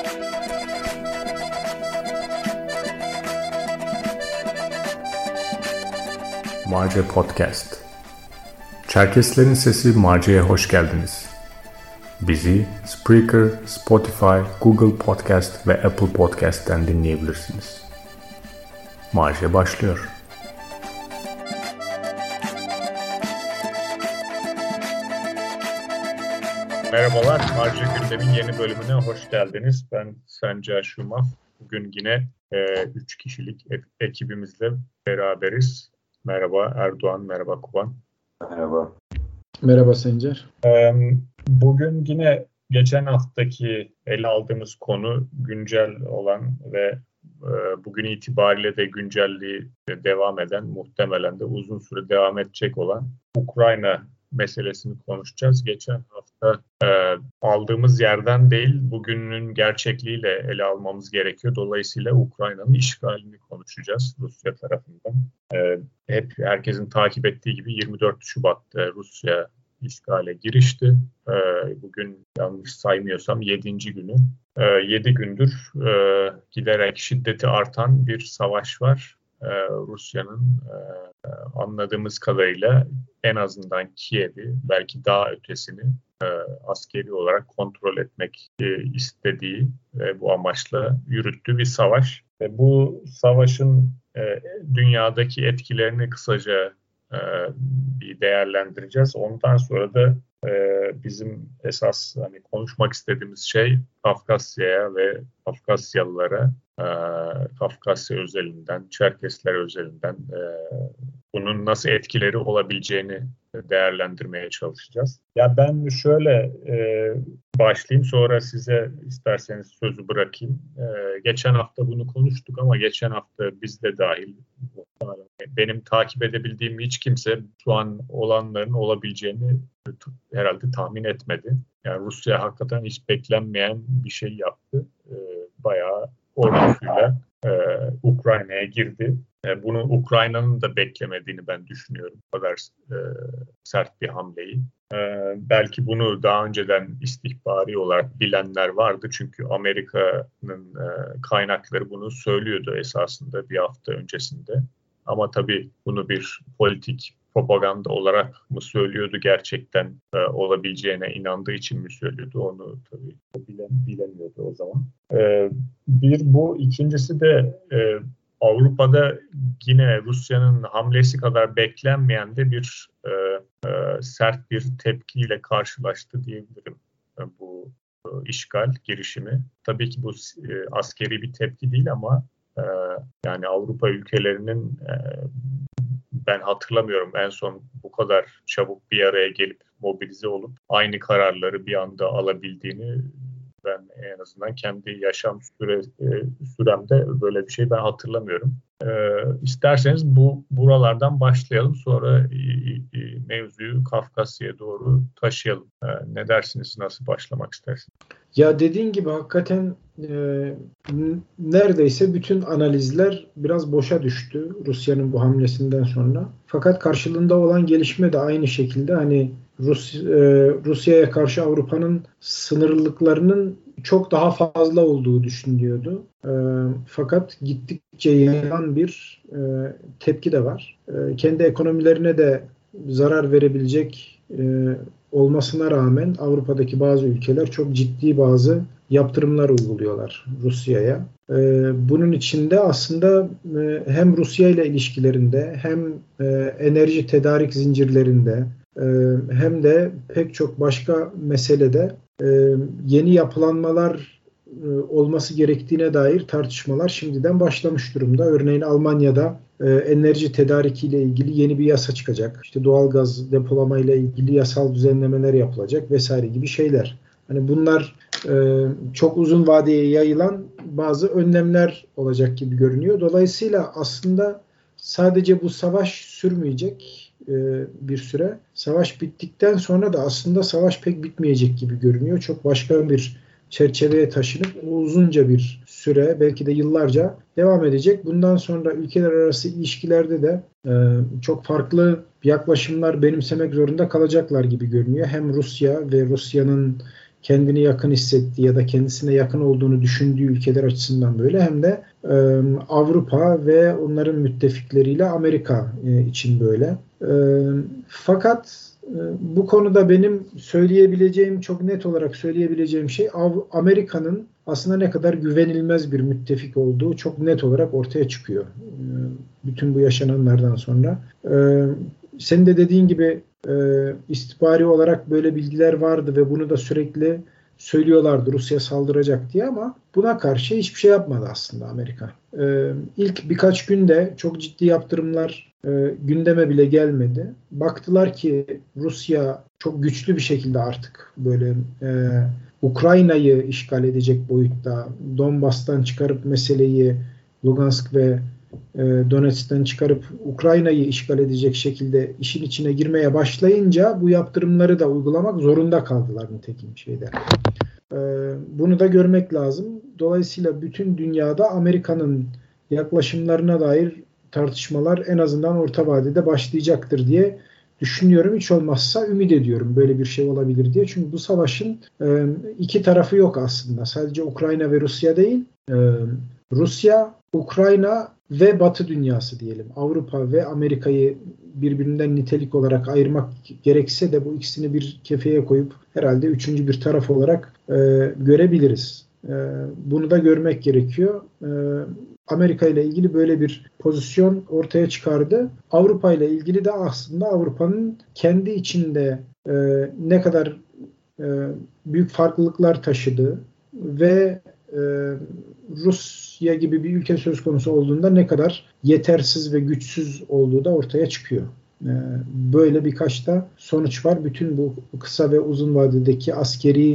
Marca Podcast. Çerkeslerin Sesi Marca'ya hoş geldiniz. Bizi Spreaker, Spotify, Google Podcast ve Apple Podcast'ten dinleyebilirsiniz. Marca başlıyor. Merhabalar, Marca Gündem'in yeni bölümüne hoş geldiniz. Ben Sencer Şumaf. Bugün yine 3 kişilik ekibimizle beraberiz. Merhaba Erdoğan, merhaba Kuban. Merhaba. Merhaba Sencer. Bugün yine geçen haftaki ele aldığımız konu güncel olan ve bugün itibariyle de güncelliği devam eden, muhtemelen de uzun süre devam edecek olan Ukrayna meselesini konuşacağız. Geçen hafta aldığımız yerden değil, bugünün gerçekliğiyle ele almamız gerekiyor. Dolayısıyla Ukrayna'nın işgalini konuşacağız Rusya tarafından. Hep herkesin takip ettiği gibi 24 Şubat'ta Rusya işgale girişti. Bugün yanlış saymıyorsam 7. günü. 7 gündür giderek şiddeti artan bir savaş var. Rusya'nın anladığımız kadarıyla en azından Kiev'i, belki daha ötesini askeri olarak kontrol etmek istediği ve bu amaçla yürüttüğü bir savaş. Ve bu savaşın dünyadaki etkilerini kısaca bir değerlendireceğiz. Ondan sonra da bizim esas konuşmak istediğimiz şey Kafkasya'ya ve Kafkasyalılara, Kafkasya özelinden, Çerkesler özelinden bunun nasıl etkileri olabileceğini değerlendirmeye çalışacağız. Ya ben şöyle başlayayım, sonra size isterseniz sözü bırakayım. Geçen hafta bunu konuştuk ama geçen hafta biz de dahil, benim takip edebildiğim hiç kimse şu an olanların olabileceğini herhalde tahmin etmedi. Yani Rusya hakikaten hiç beklenmeyen bir şey yaptı. Bayağı ordusuyla Ukrayna'ya girdi. Bunu Ukrayna'nın da beklemediğini ben düşünüyorum. Bu kadar sert bir hamleyi. Belki bunu daha önceden istihbari olarak bilenler vardı. Çünkü Amerika'nın kaynakları bunu söylüyordu esasında bir hafta öncesinde. Ama tabii bunu bir politik propaganda olarak mı söylüyordu, gerçekten olabileceğine inandığı için mi söylüyordu, onu tabii bilemiyordu o zaman. Bir bu, ikincisi de Avrupa'da yine Rusya'nın hamlesi kadar beklenmeyen de bir sert bir tepkiyle karşılaştı diyebilirim bu işgal girişimi. Tabii ki bu askeri bir tepki değil ama yani Avrupa ülkelerinin ben hatırlamıyorum en son bu kadar çabuk bir araya gelip mobilize olup aynı kararları bir anda alabildiğini, ben en azından kendi yaşam süremde böyle bir şey ben hatırlamıyorum. İsterseniz buralardan başlayalım, sonra mevzuyu Kafkasya'ya doğru taşıyalım. Ne dersiniz, nasıl başlamak istersiniz? Ya dediğin gibi hakikaten neredeyse bütün analizler biraz boşa düştü Rusya'nın bu hamlesinden sonra. Fakat karşılığında olan gelişme de aynı şekilde, hani Rusya'ya karşı Avrupa'nın sınırlılıklarının çok daha fazla olduğu düşünülüyordu. Fakat gittikçe yayılan bir tepki de var. Kendi ekonomilerine de zarar verebilecek olmasına rağmen Avrupa'daki bazı ülkeler çok ciddi bazı yaptırımlar uyguluyorlar Rusya'ya. Bunun içinde aslında hem Rusya ile ilişkilerinde hem enerji tedarik zincirlerinde hem de pek çok başka meselede yeni yapılanmalar olması gerektiğine dair tartışmalar şimdiden başlamış durumda. Örneğin Almanya'da enerji tedarikiyle ilgili yeni bir yasa çıkacak. İşte doğalgaz depolamayla ilgili yasal düzenlemeler yapılacak vesaire gibi şeyler. Hani bunlar çok uzun vadeye yayılan bazı önlemler olacak gibi görünüyor. Dolayısıyla aslında sadece bu savaş sürmeyecek bir süre. Savaş bittikten sonra da aslında savaş pek bitmeyecek gibi görünüyor. Çok başka bir çerçeveye taşınıp uzunca bir süre, belki de yıllarca devam edecek. Bundan sonra ülkeler arası ilişkilerde de çok farklı yaklaşımlar benimsemek zorunda kalacaklar gibi görünüyor. Hem Rusya ve Rusya'nın kendini yakın hissettiği ya da kendisine yakın olduğunu düşündüğü ülkeler açısından böyle, hem de Avrupa ve onların müttefikleriyle Amerika için böyle. Fakat bu konuda benim söyleyebileceğim, çok net olarak söyleyebileceğim şey, Amerika'nın aslında ne kadar güvenilmez bir müttefik olduğu çok net olarak ortaya çıkıyor. Bütün bu yaşananlardan sonra. Senin de dediğin gibi istihbari olarak böyle bilgiler vardı ve bunu da sürekli söylüyorlardı, Rusya saldıracak diye, ama buna karşı hiçbir şey yapmadı aslında Amerika. İlk birkaç günde çok ciddi yaptırımlar gündeme bile gelmedi. Baktılar ki Rusya çok güçlü bir şekilde artık böyle Ukrayna'yı işgal edecek boyutta, Donbas'tan çıkarıp meseleyi, Lugansk ve Donetsk'ten çıkarıp Ukrayna'yı işgal edecek şekilde işin içine girmeye başlayınca bu yaptırımları da uygulamak zorunda kaldılar nitekim şeyde. Bunu da görmek lazım. Dolayısıyla bütün dünyada Amerika'nın yaklaşımlarına dair tartışmalar en azından orta vadede başlayacaktır diye düşünüyorum. Hiç olmazsa ümit ediyorum böyle bir şey olabilir diye. Çünkü bu savaşın iki tarafı yok aslında. Sadece Ukrayna ve Rusya değil. Rusya, Ukrayna ve Batı dünyası diyelim. Avrupa ve Amerika'yı birbirinden nitelik olarak ayırmak gerekse de bu ikisini bir kefeye koyup herhalde üçüncü bir taraf olarak görebiliriz. Bunu da görmek gerekiyor. Amerika ile ilgili böyle bir pozisyon ortaya çıkardı. Avrupa ile ilgili de aslında Avrupa'nın kendi içinde ne kadar büyük farklılıklar taşıdığı ve Rusya gibi bir ülke söz konusu olduğunda ne kadar yetersiz ve güçsüz olduğu da ortaya çıkıyor. Böyle birkaç da sonuç var. Bütün bu kısa ve uzun vadedeki askeri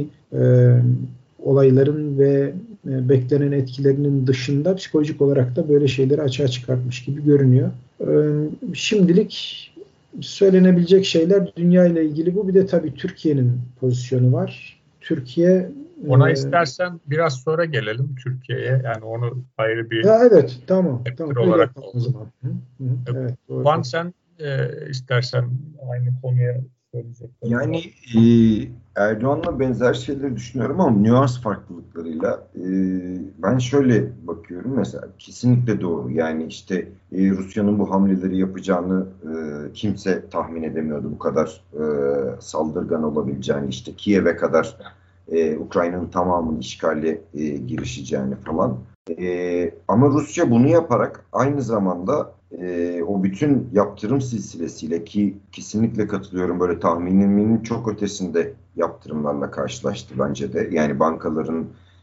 olayların ve beklenen etkilerinin dışında psikolojik olarak da böyle şeyleri açığa çıkartmış gibi görünüyor. Şimdilik söylenebilecek şeyler dünya ile ilgili bu. Bir de tabii Türkiye'nin pozisyonu var. Türkiye ona istersen biraz sonra gelelim Türkiye'ye. Yani onu ayrı bir evet, tamam olarak o zaman. Evet, Van, sen istersen aynı konuya söyleyecekler. Yani Erdoğan'la benzer şeyleri düşünüyorum ama nüans farklılıklarıyla. Ben şöyle bakıyorum mesela, kesinlikle doğru. Yani işte Rusya'nın bu hamleleri yapacağını kimse tahmin edemiyordu. Bu kadar saldırgan olabileceğini, işte Kiev'e kadar Ukrayna'nın tamamını işgale girişeceğini falan. Ama Rusya bunu yaparak aynı zamanda o bütün yaptırım silsilesiyle, ki kesinlikle katılıyorum, böyle tahminimin çok ötesinde yaptırımlarla karşılaştı bence de. Yani bankaların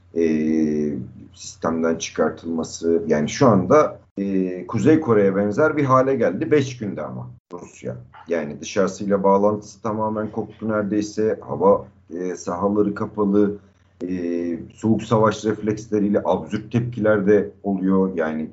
sistemden çıkartılması, yani şu anda Kuzey Kore'ye benzer bir hale geldi 5 günde ama Rusya. Yani dışarısıyla bağlantısı tamamen koptu neredeyse. Hava sahaları kapalı. Soğuk savaş refleksleriyle absürt tepkiler de oluyor. Yani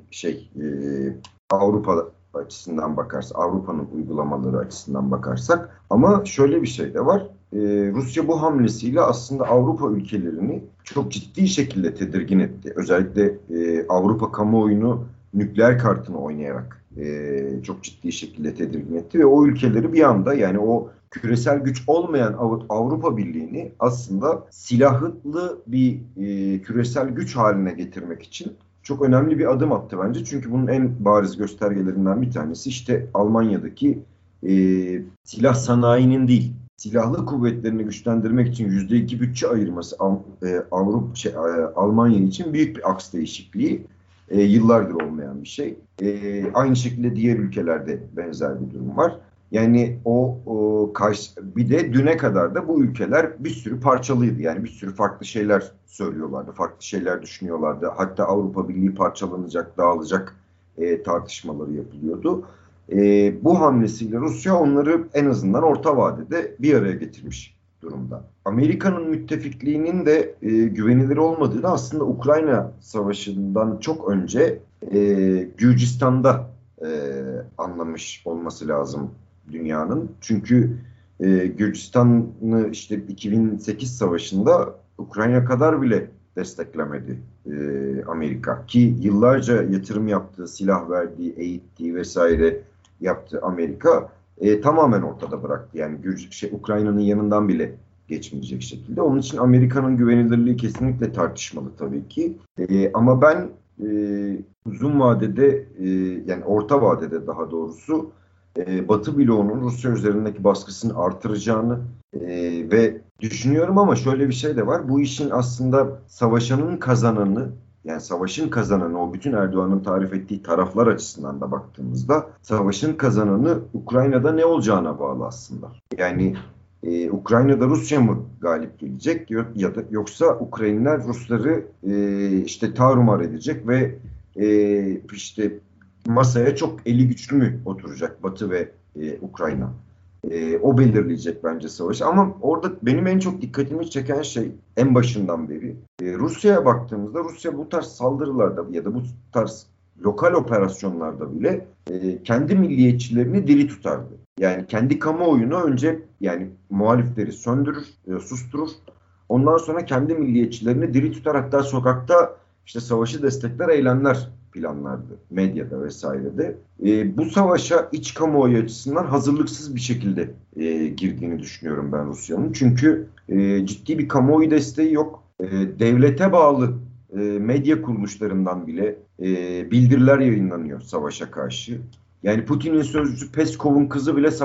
Avrupa açısından bakarsak, Avrupa'nın uygulamaları açısından bakarsak. Ama şöyle bir şey de var. Rusya bu hamlesiyle aslında Avrupa ülkelerini çok ciddi şekilde tedirgin etti. Özellikle Avrupa kamuoyunu nükleer kartını oynayarak çok ciddi şekilde tedirgin etti ve o ülkeleri bir anda, yani o küresel güç olmayan Avrupa Birliği'ni aslında silahlı bir küresel güç haline getirmek için çok önemli bir adım attı bence. Çünkü bunun en bariz göstergelerinden bir tanesi işte Almanya'daki silah sanayinin değil, silahlı kuvvetlerini güçlendirmek için %2 bütçe ayırması Almanya için büyük bir aks değişikliği. Yıllardır olmayan bir şey. Aynı şekilde diğer ülkelerde benzer bir durum var. Yani bir de düne kadar da bu ülkeler bir sürü parçalıydı. Yani bir sürü farklı şeyler söylüyorlardı, farklı şeyler düşünüyorlardı. Hatta Avrupa Birliği parçalanacak, dağılacak tartışmaları yapılıyordu. Bu hamlesiyle Rusya onları en azından orta vadede bir araya getirmiş durumda. Amerika'nın müttefikliğinin de güvenilir olmadığını aslında Ukrayna Savaşı'ndan çok önce Gürcistan'da anlamış olması lazım dünyanın. Çünkü Gürcistan'ı işte 2008 Savaşı'nda Ukrayna kadar bile desteklemedi Amerika. Ki yıllarca yatırım yaptığı, silah verdiği, eğittiği vesaire yaptığı Amerika tamamen ortada bıraktı. Yani Ukrayna'nın yanından bile geçmeyecek şekilde. Onun için Amerika'nın güvenilirliği kesinlikle tartışmalı tabii ki. Ama ben uzun vadede yani orta vadede daha doğrusu Batı bloğunun Rusya üzerindeki baskısını artıracağını ve düşünüyorum ama şöyle bir şey de var. Bu işin aslında savaşanın kazananı yani savaşın kazananı o bütün Erdoğan'ın tarif ettiği taraflar açısından da baktığımızda savaşın kazananı Ukrayna'da ne olacağına bağlı aslında. Yani Ukrayna'da Rusya mı galip gelecek ya da yoksa Ukraynalılar Rusları işte tarumar edecek ve işte masaya çok eli güçlü mü oturacak Batı ve Ukrayna? O belirleyecek bence savaşı. Ama orada benim en çok dikkatimi çeken şey en başından beri Rusya'ya baktığımızda Rusya bu tarz saldırılarda ya da bu tarz lokal operasyonlarda bile kendi milliyetçilerini diri tutardı. Yani kendi kamuoyunu önce yani muhalifleri söndürür, susturur. Ondan sonra kendi milliyetçilerini diri tutar hatta sokakta işte savaşı destekler eylemler planlardı medyada vesairede. Bu savaşa iç kamuoyu açısından hazırlıksız bir şekilde girdiğini düşünüyorum ben Rusya'nın. Çünkü ciddi bir kamuoyu desteği yok. Devlete bağlı medya kuruluşlarından bile bildiriler yayınlanıyor savaşa karşı. Yani Putin'in sözcüsü Peskov'un kızı bile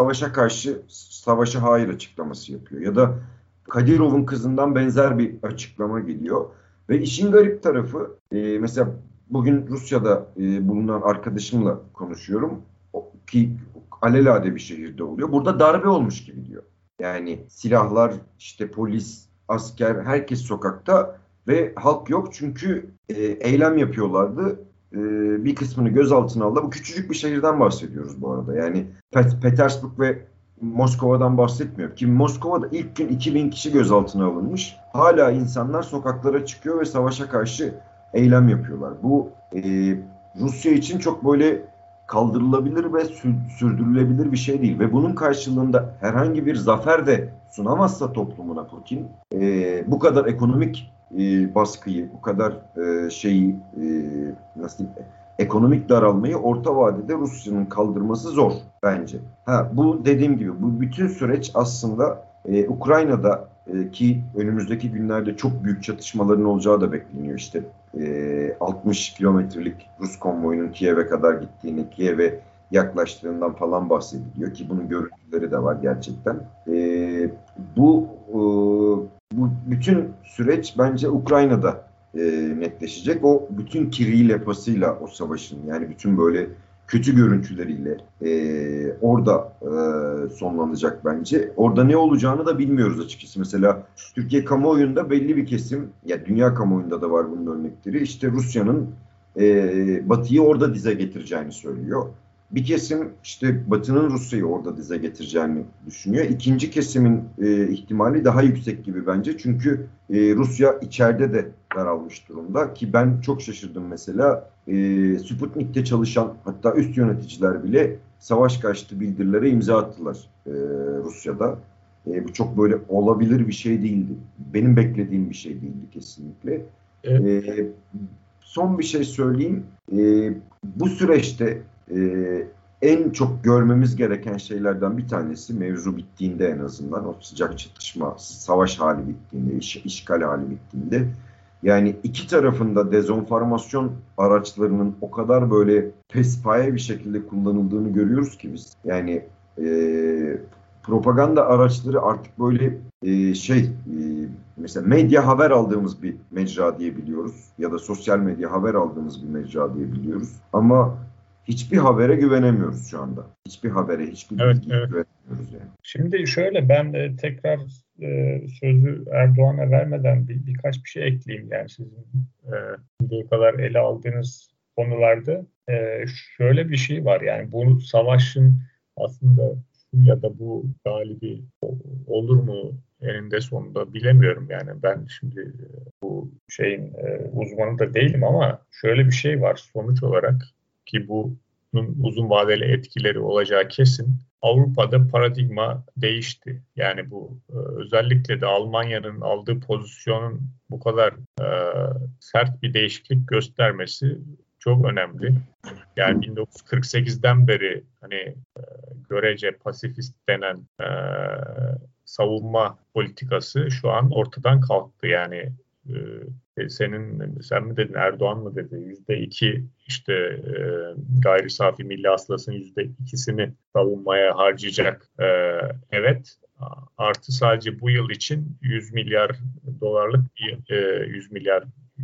savaşa hayır açıklaması yapıyor. Ya da Kadirov'un kızından benzer bir açıklama geliyor. Ve işin garip tarafı mesela bugün Rusya'da bulunan arkadaşımla konuşuyorum ki alelade bir şehirde oluyor. Burada darbe olmuş gibi diyor. Yani silahlar, işte polis, asker, herkes sokakta ve halk yok çünkü eylem yapıyorlardı. Bir kısmını gözaltına aldı. Bu küçücük bir şehirden bahsediyoruz bu arada. Yani Petersburg ve Moskova'dan bahsetmiyorum. Ki Moskova'da ilk gün 2000 kişi gözaltına alınmış. Hala insanlar sokaklara çıkıyor ve savaşa karşı eylem yapıyorlar. Bu Rusya için çok böyle kaldırılabilir ve sürdürülebilir bir şey değil. Ve bunun karşılığında herhangi bir zafer de sunamazsa toplumuna Putin bu kadar ekonomik baskıyı, bu kadar nasıl diyeyim, ekonomik daralmayı orta vadede Rusya'nın kaldırması zor bence. Bu dediğim gibi bu bütün süreç aslında Ukrayna'da ki önümüzdeki günlerde çok büyük çatışmaların olacağı da bekleniyor. İşte 60 kilometrelik Rus konvoyunun Kiev'e kadar gittiğini, Kiev'e yaklaştığından falan bahsediliyor ki bunun görüntüleri de var gerçekten. Bu bütün süreç bence Ukrayna'da netleşecek. O bütün kiriyle pasıyla o savaşın yani bütün böyle kötü görüntüleriyle orada sonlanacak bence. Orada ne olacağını da bilmiyoruz açıkçası. Mesela Türkiye kamuoyunda belli bir kesim, ya dünya kamuoyunda da var bunun örnekleri. İşte Rusya'nın Batı'yı orada dize getireceğini söylüyor. Bir kesim işte Batı'nın Rusya'yı orada dize getireceğini düşünüyor. İkinci kesimin ihtimali daha yüksek gibi bence. Çünkü Rusya içeride de daralmış durumda. Ki ben çok şaşırdım mesela. Sputnik'te çalışan hatta üst yöneticiler bile savaş karşıtı bildirilere imza attılar Rusya'da. Bu çok böyle olabilir bir şey değildi. Benim beklediğim bir şey değildi kesinlikle. Evet. Son bir şey söyleyeyim. Bu süreçte en çok görmemiz gereken şeylerden bir tanesi mevzu bittiğinde en azından o sıcak çatışma, savaş hali bittiğinde, işgal hali bittiğinde yani iki tarafında dezenformasyon araçlarının o kadar böyle pespaye bir şekilde kullanıldığını görüyoruz ki biz. Yani propaganda araçları artık böyle mesela medya haber aldığımız bir mecra diyebiliyoruz ya da sosyal medya haber aldığımız bir mecra diyebiliyoruz. Ama hiçbir habere güvenemiyoruz şu anda. Hiçbir habere, hiçbir bilgiye güvenemiyoruz yani. Şimdi şöyle ben de tekrar sözü Erdoğan'a vermeden birkaç bir şey ekleyeyim. Yani sizin bu kadar ele aldığınız konularda şöyle bir şey var. Yani bu savaşın aslında ya da bu galibi olur mu eninde sonunda bilemiyorum. Yani ben şimdi bu şeyin uzmanı da değilim ama şöyle bir şey var sonuç olarak ki bunun uzun vadeli etkileri olacağı kesin. Avrupa'da paradigma değişti. Yani bu özellikle de Almanya'nın aldığı pozisyonun bu kadar sert bir değişiklik göstermesi çok önemli. Yani 1948'den beri hani görece pasifist denen savunma politikası şu an ortadan kalktı. Yani sen mi dedin, Erdoğan mı dedi? %2 işte gayri safi milli hasılasının %2'sini savunmaya harcayacak. Evet. Artı sadece bu yıl için 100 milyar dolarlık 100 milyar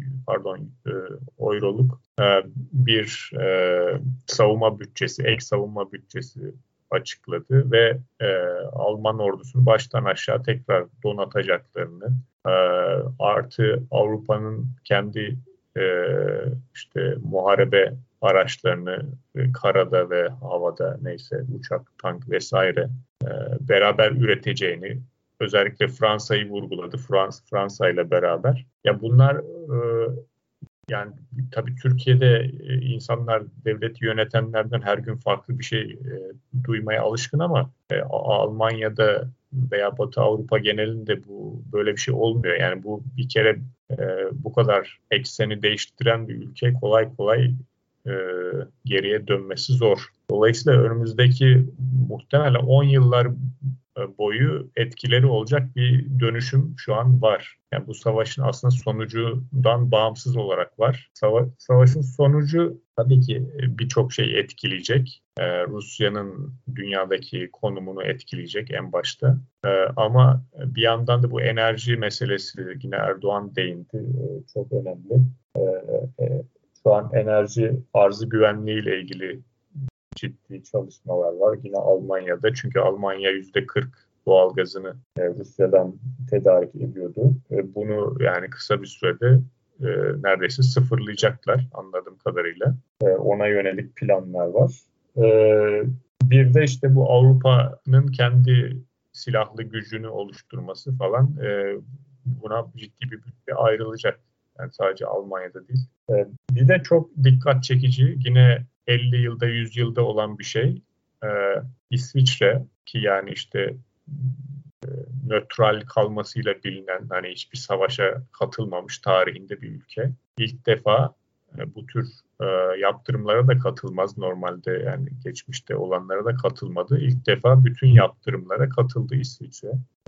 euroluk bir savunma bütçesi, ek savunma bütçesi açıkladı ve Alman ordusunu baştan aşağı tekrar donatacaklarını, artı Avrupa'nın kendi işte muharebe araçlarını karada ve havada, neyse uçak, tank vesaire beraber üreteceğini, özellikle Fransa'yı vurguladı. Fransa ile beraber. Ya bunlar yani tabii Türkiye'de insanlar devleti yönetenlerden her gün farklı bir şey duymaya alışkın ama Almanya'da veya Batı Avrupa genelinde bu böyle bir şey olmuyor. Yani bu bir kere bu kadar ekseni değiştiren bir ülke kolay kolay geriye dönmesi zor. Dolayısıyla önümüzdeki muhtemelen 10 yıllar boyu etkileri olacak bir dönüşüm şu an var. Yani bu savaşın aslında sonucundan bağımsız olarak var. Savaşın sonucu tabii ki birçok şey etkileyecek. Rusya'nın dünyadaki konumunu etkileyecek en başta. Ama bir yandan da bu enerji meselesi, yine Erdoğan değindi, çok önemli. Şu an enerji arzı güvenliği ile ilgili ciddi çalışmalar var yine Almanya'da. Çünkü Almanya %40 doğalgazını Rusya'dan tedarik ediyordu. Bunu yani kısa bir sürede neredeyse sıfırlayacaklar anladığım kadarıyla. Ona yönelik planlar var. Bir de işte bu Avrupa'nın kendi silahlı gücünü oluşturması falan, buna ciddi bir bütçe ayrılacak. Yani sadece Almanya'da değil. Bir de çok dikkat çekici, yine 50 yılda 100 yılda olan bir şey. İsviçre, ki yani işte nötral kalmasıyla bilinen, hani hiçbir savaşa katılmamış tarihinde bir ülke. İlk defa bu tür yaptırımlara da katılmaz normalde, yani geçmişte olanlara da katılmadı. İlk defa bütün yaptırımlara katıldı İsviçre.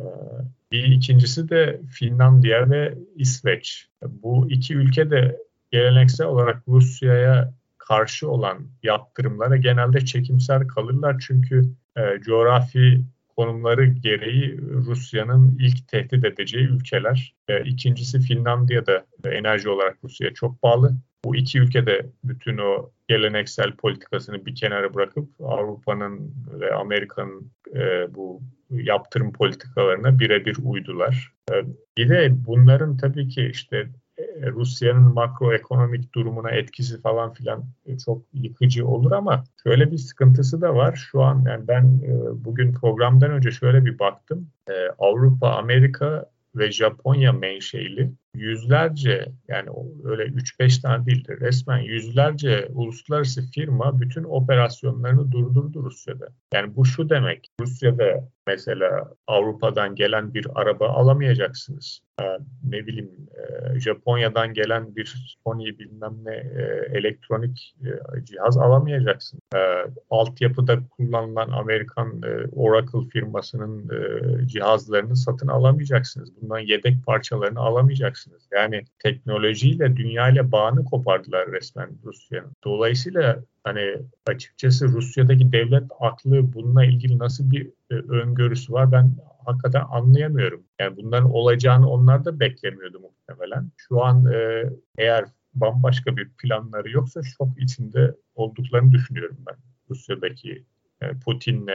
Bir ikincisi de Finlandiya ve İsveç. Bu iki ülke de geleneksel olarak Rusya'ya karşı olan yaptırımlara genelde çekimser kalırlar. Çünkü coğrafi konumları gereği Rusya'nın ilk tehdit edeceği ülkeler. İkincisi, Finlandiya'da enerji olarak Rusya'ya çok bağlı. Bu iki ülke de bütün o geleneksel politikasını bir kenara bırakıp Avrupa'nın ve Amerika'nın bu yaptırım politikalarına birebir uydular. Bir de bunların tabii ki işte Rusya'nın makroekonomik durumuna etkisi falan filan çok yıkıcı olur ama şöyle bir sıkıntısı da var. Şu an yani ben bugün programdan önce şöyle bir baktım. Avrupa, Amerika ve Japonya menşeili yüzlerce, yani öyle 3-5 tane değildir, resmen yüzlerce uluslararası firma bütün operasyonlarını durdurdu Rusya'da. Yani bu şu demek: Rusya'da mesela Avrupa'dan gelen bir araba alamayacaksınız. Ne bileyim, Japonya'dan gelen bir Sony bilmem ne elektronik cihaz alamayacaksın. Altyapıda kullanılan Amerikan Oracle firmasının cihazlarını satın alamayacaksınız. Bundan yedek parçalarını alamayacaksınız. Yani teknolojiyle, dünyayla bağını kopardılar resmen Rusya'nın. Dolayısıyla hani açıkçası Rusya'daki devlet aklı bununla ilgili nasıl bir öngörüsü var, ben hakikaten anlayamıyorum. Yani bunların olacağını onlar da beklemiyordu muhtemelen. Şu an eğer bambaşka bir planları yoksa şok içinde olduklarını düşünüyorum ben. Rusya'daki Putin'le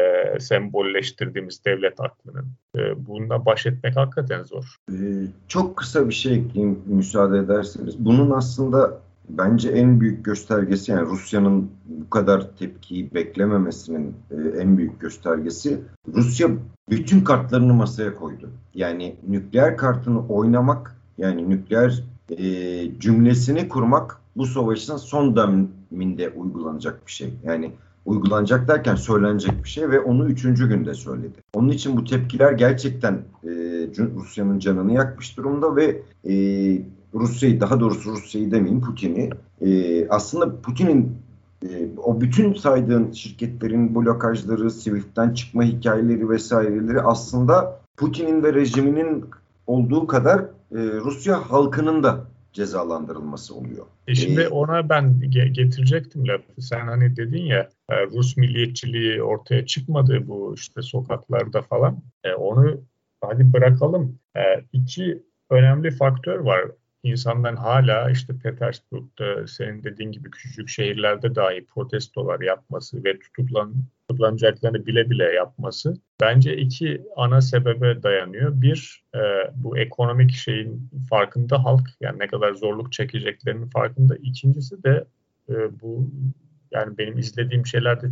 sembolleştirdiğimiz devlet aklının. Bununla baş etmek hakikaten zor. Çok kısa bir şey ekleyeyim müsaade ederseniz. Bunun aslında bence en büyük göstergesi, yani Rusya'nın bu kadar tepkiyi beklememesinin en büyük göstergesi, Rusya bütün kartlarını masaya koydu. Yani nükleer kartını oynamak, yani nükleer cümlesini kurmak bu savaşın son döneminde uygulanacak bir şey. Yani uygulanacak derken söylenecek bir şey ve onu 3. günde söyledi. Onun için bu tepkiler gerçekten Rusya'nın canını yakmış durumda ve Rusya'yı, daha doğrusu Rusya'yı demeyeyim, Putin'i, aslında Putin'in o bütün saydığın şirketlerin blokajları, Swift'ten çıkma hikayeleri vesaireleri aslında Putin'in ve rejiminin olduğu kadar Rusya halkının da cezalandırılması oluyor. Şimdi ona ben getirecektim lafı. Sen hani dedin ya Rus milliyetçiliği ortaya çıkmadı bu işte sokaklarda falan. Onu hadi bırakalım. İki önemli faktör var. İnsanların hala işte Petersburg'da senin dediğin gibi küçücük şehirlerde dahi protestolar yapması ve tutuklanacaklarını bile bile yapması bence iki ana sebebe dayanıyor. Bir, bu ekonomik şeyin farkında halk, yani ne kadar zorluk çekeceklerinin farkında. İkincisi de bu, yani benim izlediğim şeylerde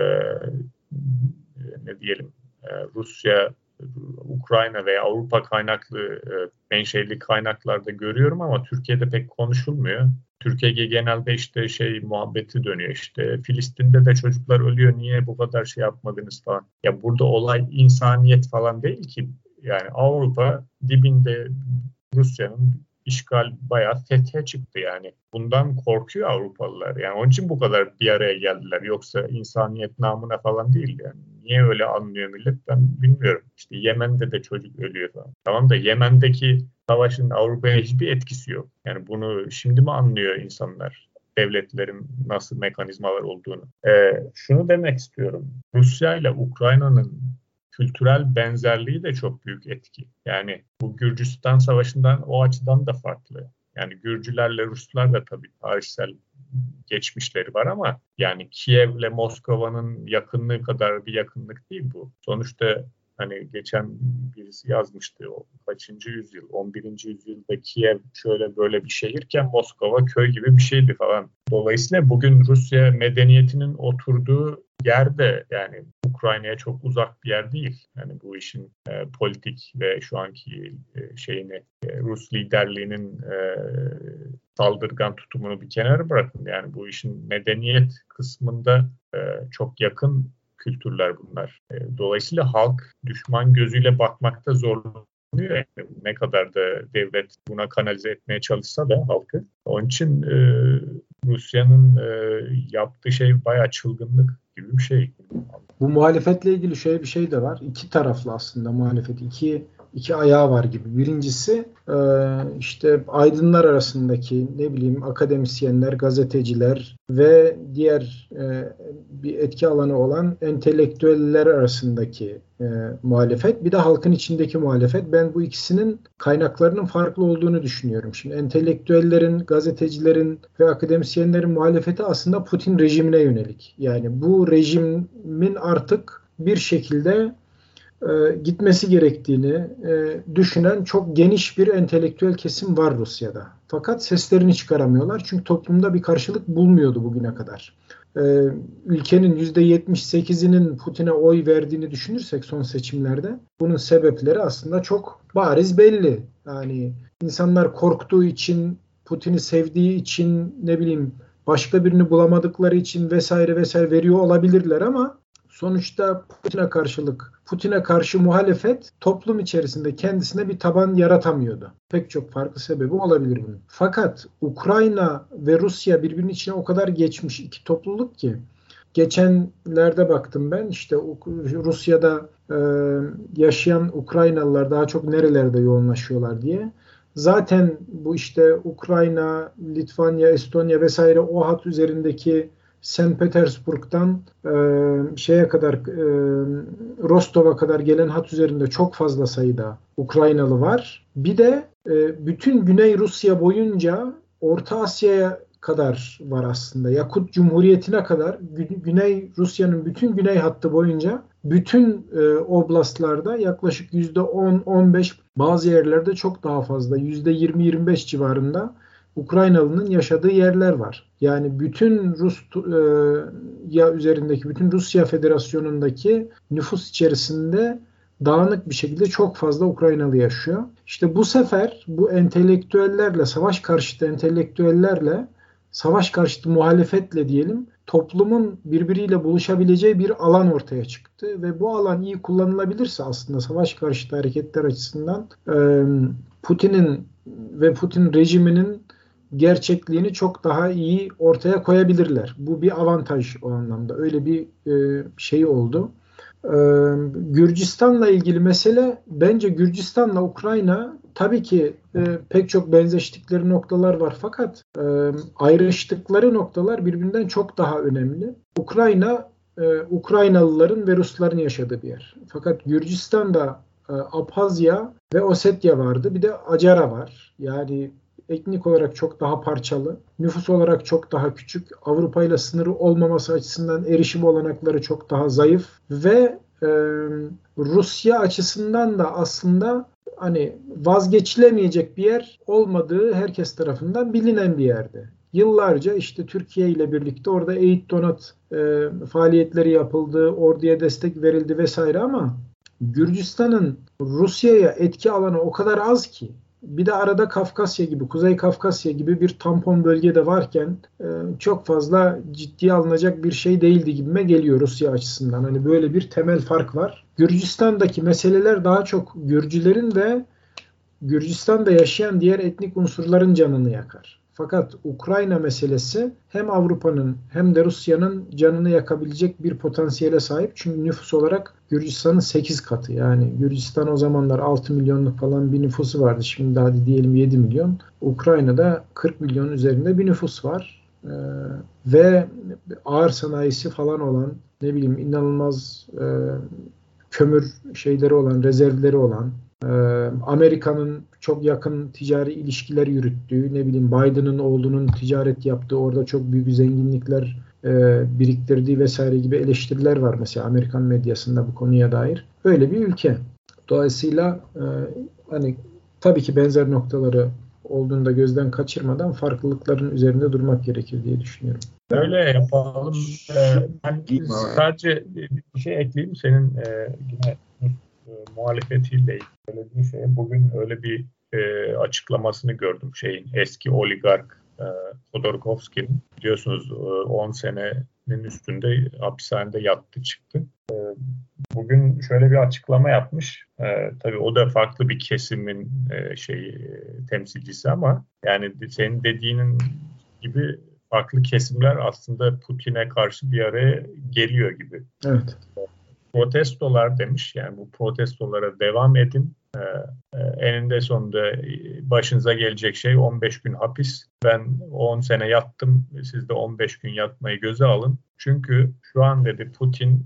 ne diyelim Rusya, Ukrayna veya Avrupa kaynaklı menşeli kaynaklarda görüyorum ama Türkiye'de pek konuşulmuyor. Türkiye'de genelde işte muhabbeti dönüyor, işte Filistin'de de çocuklar ölüyor, niye bu kadar şey yapmadınız falan. Ya burada olay insaniyet falan değil ki. Yani Avrupa dibinde Rusya'nın işgal bayağı fethe çıktı yani. Bundan korkuyor Avrupalılar. Yani onun için bu kadar bir araya geldiler. Yoksa insaniyet namına falan değil yani. Niye öyle anlıyor millet ben bilmiyorum. İşte Yemen'de de çocuk ölüyor falan. Tamam da Yemen'deki savaşın Avrupa'ya hiçbir etkisi yok. Yani bunu şimdi mi anlıyor insanlar? Devletlerin nasıl mekanizmalar olduğunu. Şunu demek istiyorum. Rusya ile Ukrayna'nın kültürel benzerliği de çok büyük etki. Yani bu Gürcistan Savaşı'ndan o açıdan da farklı. Yani Gürcülerle Ruslar da tabii tarihsel geçmişleri var ama yani Kiev'le Moskova'nın yakınlığı kadar bir yakınlık değil bu. Sonuçta hani geçen birisi yazmıştı, o kaçıncı yüzyıl, 11. yüzyılda Kiev şöyle böyle bir şehirken Moskova köy gibi bir şeydi falan. Dolayısıyla bugün Rusya medeniyetinin oturduğu yerde, yani Ukrayna'ya çok uzak bir yer değil. Yani bu işin politik ve şu anki Rus liderliğinin saldırgan tutumunu bir kenara bırakın. Yani bu işin medeniyet kısmında çok yakın kültürler bunlar. Dolayısıyla halk düşman gözüyle bakmakta zorlanıyor. Yani ne kadar da devlet buna kanalize etmeye çalışsa da halkı. Onun için Rusya'nın yaptığı şey bayağı çılgınlık gibi bir şey. Bu muhalefetle ilgili şöyle bir şey de var. İki taraflı aslında muhalefet. İki ayağı var gibi. Birincisi işte aydınlar arasındaki ne bileyim akademisyenler, gazeteciler ve diğer bir etki alanı olan entelektüeller arasındaki muhalefet. Bir de halkın içindeki muhalefet. Ben bu ikisinin kaynaklarının farklı olduğunu düşünüyorum. Şimdi entelektüellerin, gazetecilerin ve akademisyenlerin muhalefeti aslında Putin rejimine yönelik. Yani bu rejimin artık bir şekilde gitmesi gerektiğini düşünen çok geniş bir entelektüel kesim var Rusya'da. Fakat seslerini çıkaramıyorlar çünkü toplumda bir karşılık bulmuyordu bugüne kadar. Ülkenin %78'inin Putin'e oy verdiğini düşünürsek son seçimlerde bunun sebepleri aslında çok bariz belli. Yani insanlar korktuğu için, Putin'i sevdiği için, ne bileyim başka birini bulamadıkları için vesaire vesaire veriyor olabilirler ama sonuçta Putin'e karşı muhalefet toplum içerisinde kendisine bir taban yaratamıyordu. Pek çok farklı sebebi olabilir bunun. Fakat Ukrayna ve Rusya birbirinin içine o kadar geçmiş iki topluluk ki geçenlerde baktım ben işte Rusya'da yaşayan Ukraynalılar daha çok nerelerde yoğunlaşıyorlar diye. Zaten bu işte Ukrayna, Litvanya, Estonya vesaire o hat üzerindeki St. Petersburg'dan şeye kadar Rostov'a kadar gelen hat üzerinde çok fazla sayıda Ukraynalı var. Bir de bütün Güney Rusya boyunca Orta Asya'ya kadar var aslında. Yakut Cumhuriyeti'ne kadar Güney Rusya'nın bütün güney hattı boyunca bütün oblastlarda yaklaşık %10-15, bazı yerlerde çok daha fazla %20-25 civarında Ukraynalı'nın yaşadığı yerler var. Yani bütün üzerindeki bütün Rusya Federasyonu'ndaki nüfus içerisinde dağınık bir şekilde çok fazla Ukraynalı yaşıyor. İşte bu sefer bu entelektüellerle, savaş karşıtı entelektüellerle, savaş karşıtı muhalefetle diyelim, toplumun birbiriyle buluşabileceği bir alan ortaya çıktı ve bu alan iyi kullanılabilirse aslında savaş karşıtı hareketler açısından Putin'in ve Putin rejiminin gerçekliğini çok daha iyi ortaya koyabilirler. Bu bir avantaj o anlamda. Öyle bir şey oldu. Gürcistan'la ilgili mesele, bence Gürcistan'la Ukrayna tabii ki pek çok benzeştikleri noktalar var, fakat ayrıştıkları noktalar birbirinden çok daha önemli. Ukrayna, Ukraynalıların ve Rusların yaşadığı bir yer. Fakat Gürcistan'da Abhazya ve Osetya vardı. Bir de Acara var. Yani etnik olarak çok daha parçalı, nüfus olarak çok daha küçük, Avrupa ile sınırı olmaması açısından erişim olanakları çok daha zayıf ve Rusya açısından da aslında hani vazgeçilemeyecek bir yer olmadığı herkes tarafından bilinen bir yerde. Yıllarca işte Türkiye ile birlikte orada eğit donat faaliyetleri yapıldı, orduya destek verildi vesaire, ama Gürcistan'ın Rusya'ya etki alanı o kadar az ki, bir de arada Kafkasya gibi, Kuzey Kafkasya gibi bir tampon bölgede varken çok fazla ciddiye alınacak bir şey değildi gibime geliyor Rusya açısından. Hani böyle bir temel fark var. Gürcistan'daki meseleler daha çok Gürcülerin ve Gürcistan'da yaşayan diğer etnik unsurların canını yakar. Fakat Ukrayna meselesi hem Avrupa'nın hem de Rusya'nın canını yakabilecek bir potansiyele sahip. Çünkü nüfus olarak Gürcistan'ın 8 katı. Yani Gürcistan o zamanlar 6 milyonluk falan bir nüfusu vardı. Şimdi hadi diyelim 7 milyon. Ukrayna'da 40 milyonun üzerinde bir nüfus var. Ve ağır sanayisi falan olan, ne bileyim, inanılmaz kömür şeyleri olan, rezervleri olan, Amerika'nın çok yakın ticari ilişkiler yürüttüğü, ne bileyim Biden'ın oğlunun ticaret yaptığı, orada çok büyük zenginlikler biriktirdiği vesaire gibi eleştiriler var mesela Amerikan medyasında bu konuya dair. Öyle bir ülke. Dolayısıyla hani tabii ki benzer noktaları olduğunu da gözden kaçırmadan farklılıkların üzerinde durmak gerekir diye düşünüyorum. Öyle yapalım. Ben sadece bir şey ekleyeyim. Senin yine muhalefetiyle söylediğin şey. Bugün öyle bir açıklamasını gördüm eski oligark Khodorkovsky'nin. Biliyorsunuz 10 senenin üstünde hapishanede yattı çıktı. Bugün şöyle bir açıklama yapmış. Tabii o da farklı bir kesimin temsilcisi, ama yani senin dediğinin gibi farklı kesimler aslında Putin'e karşı bir araya geliyor gibi. Evet. Protestolar demiş. Yani bu protestolara devam edin. Eninde sonunda başınıza gelecek şey 15 gün hapis. Ben 10 sene yattım. Siz de 15 gün yatmayı göze alın. Çünkü şu an dedi Putin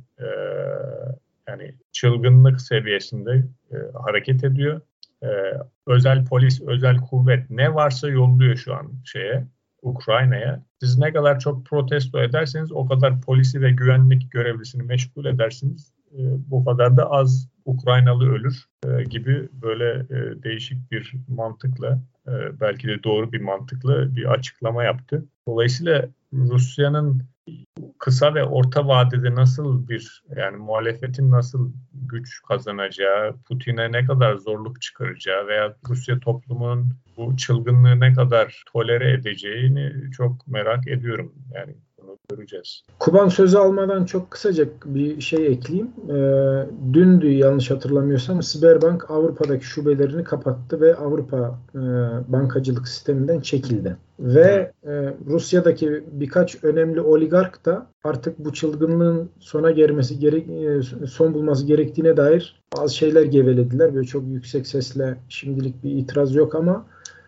yani çılgınlık seviyesinde hareket ediyor. Özel polis, özel kuvvet ne varsa yolluyor şu an Ukrayna'ya. Siz ne kadar çok protesto ederseniz o kadar polisi ve güvenlik görevlisini meşgul edersiniz. Bu kadar da az Ukraynalı ölür gibi böyle değişik bir mantıkla, belki de doğru bir mantıkla bir açıklama yaptı. Dolayısıyla Rusya'nın kısa ve orta vadede nasıl yani muhalefetin nasıl güç kazanacağı, Putin'e ne kadar zorluk çıkaracağı veya Rusya toplumunun bu çılgınlığı ne kadar tolere edeceğini çok merak ediyorum. Yani bunu göreceğiz. Kuban sözü almadan çok kısaca bir şey ekleyeyim. Dündü yanlış hatırlamıyorsam Sberbank Avrupa'daki şubelerini kapattı ve Avrupa bankacılık sisteminden çekildi. Ve Rusya'daki birkaç önemli oligark da artık bu çılgınlığın son bulması gerektiğine dair bazı şeyler gevelediler. Böyle çok yüksek sesle şimdilik bir itiraz yok, ama